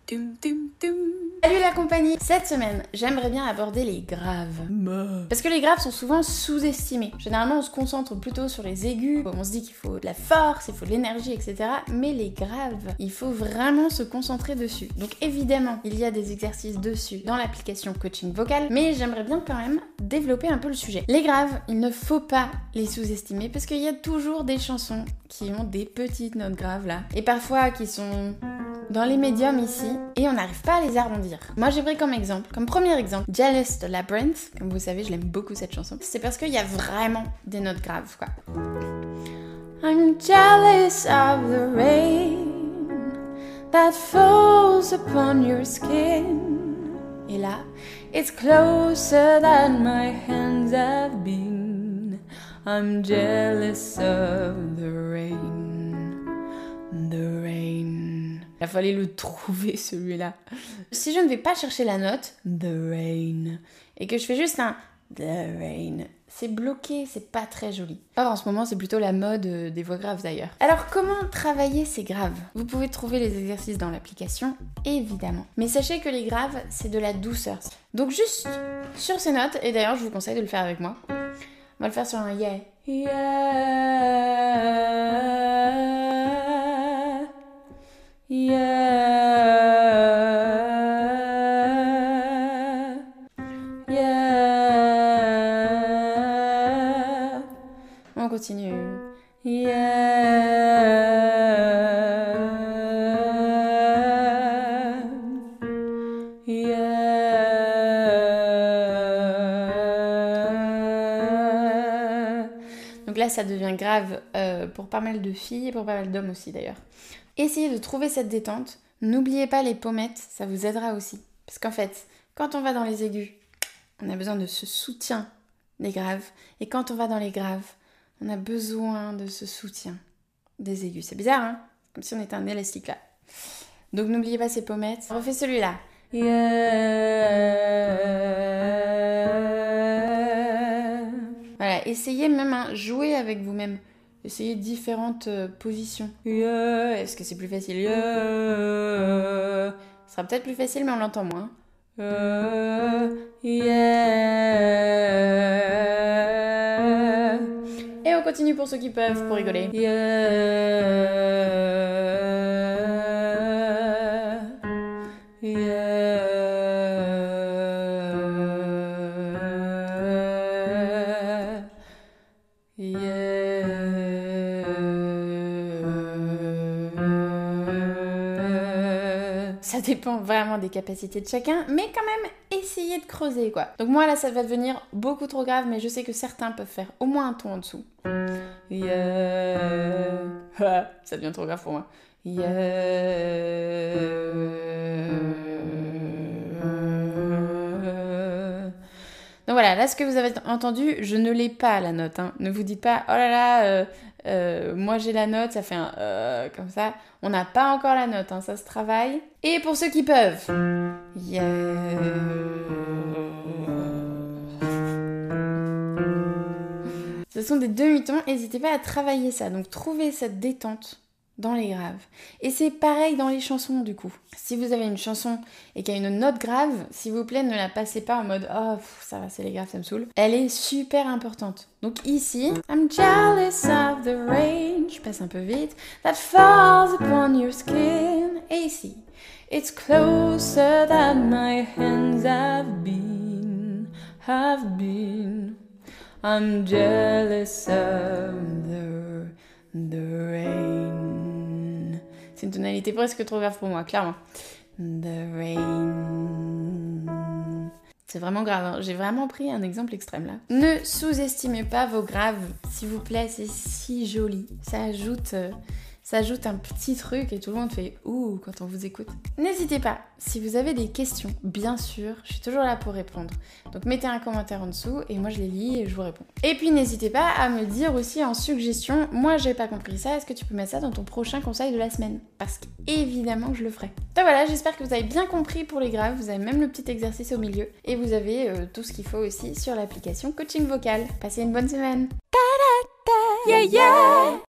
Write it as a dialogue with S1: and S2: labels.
S1: Salut la compagnie. Cette semaine, j'aimerais bien aborder les graves. Parce que les graves sont souvent sous-estimés. Généralement, on se concentre plutôt sur les aigus. On se dit qu'il faut de la force, il faut de l'énergie, etc. Mais les graves, il faut vraiment se concentrer dessus. Donc évidemment, il y a des exercices dessus dans l'application coaching vocal. Mais j'aimerais bien quand même développer un peu le sujet. Les graves, il ne faut pas les sous-estimer parce qu'il y a toujours des chansons qui ont des petites notes graves là. Et parfois qui sont dans les médiums ici, et on n'arrive pas à les arrondir. Moi j'ai pris comme premier exemple, Jealous de Labyrinth. Comme vous savez, je l'aime beaucoup cette chanson. C'est parce qu'il y a vraiment des notes graves, quoi. I'm jealous of the rain that falls upon your skin. Et là, it's closer than my hands have been. I'm jealous of the rain, the rain. Il fallait le trouver celui-là. Si je ne vais pas chercher la note The Rain et que je fais juste un The Rain, c'est bloqué, c'est pas très joli. Or en ce moment c'est plutôt la mode des voix graves d'ailleurs. Alors comment travailler ces graves? Vous pouvez trouver les exercices dans l'application, évidemment. Mais sachez que les graves c'est de la douceur. Donc juste sur ces notes, et d'ailleurs je vous conseille de le faire avec moi. On va le faire sur un yeah. On continue. Donc là, ça devient grave pour pas mal de filles et pour pas mal d'hommes aussi d'ailleurs. Essayez de trouver cette détente. N'oubliez pas les pommettes, ça vous aidera aussi. Parce qu'en fait, quand on va dans les aigus, on a besoin de ce soutien des graves. Et quand on va dans les graves, on a besoin de ce soutien des aigus. C'est bizarre, hein? Comme si on était un élastique là. Donc n'oubliez pas ces pommettes. On refait celui-là. Voilà, essayez même, jouer avec vous-même. Essayez différentes positions. Est-ce que c'est plus facile? Ce sera peut-être plus facile, mais on l'entend moins. Et on continue pour ceux qui peuvent, pour rigoler. Ça dépend vraiment des capacités de chacun, mais quand même, essayez de creuser, quoi. Donc moi, là, ça va devenir beaucoup trop grave, mais je sais que certains peuvent faire au moins un ton en dessous. Ça devient trop grave pour moi. Donc voilà, là, ce que vous avez entendu, je ne l'ai pas, la note. Hein. Ne vous dites pas, oh là là, moi j'ai la note, ça fait un comme ça. On n'a pas encore la note, hein, ça se travaille. Et pour ceux qui peuvent, ce sont des demi-tons, n'hésitez pas à travailler ça. Donc trouvez cette détente dans les graves. Et c'est pareil dans les chansons du coup. Si vous avez une chanson et qu'il y a une note grave, s'il vous plaît, ne la passez pas en mode oh ça va, c'est les graves, ça me saoule. Elle est super importante. Donc ici, I'm jealous of the rain, je passe un peu vite, that falls upon your skin. Et ici, it's closer than my hands have been. I'm jealous of the rain. C'est une tonalité presque trop grave pour moi, clairement. The rain. C'est vraiment grave, hein. J'ai vraiment pris un exemple extrême là. Ne sous-estimez pas vos graves, s'il vous plaît, c'est si joli. Ça ajoute un petit truc et tout le monde fait ouh quand on vous écoute. N'hésitez pas, si vous avez des questions, bien sûr, je suis toujours là pour répondre. Donc mettez un commentaire en dessous et moi je les lis et je vous réponds. Et puis n'hésitez pas à me dire aussi en suggestion, moi j'ai pas compris ça, est-ce que tu peux mettre ça dans ton prochain conseil de la semaine? Parce qu'évidemment que je le ferai. Donc voilà, j'espère que vous avez bien compris pour les graves, vous avez même le petit exercice au milieu et vous avez tout ce qu'il faut aussi sur l'application coaching vocal. Passez une bonne semaine. Yeah, yeah.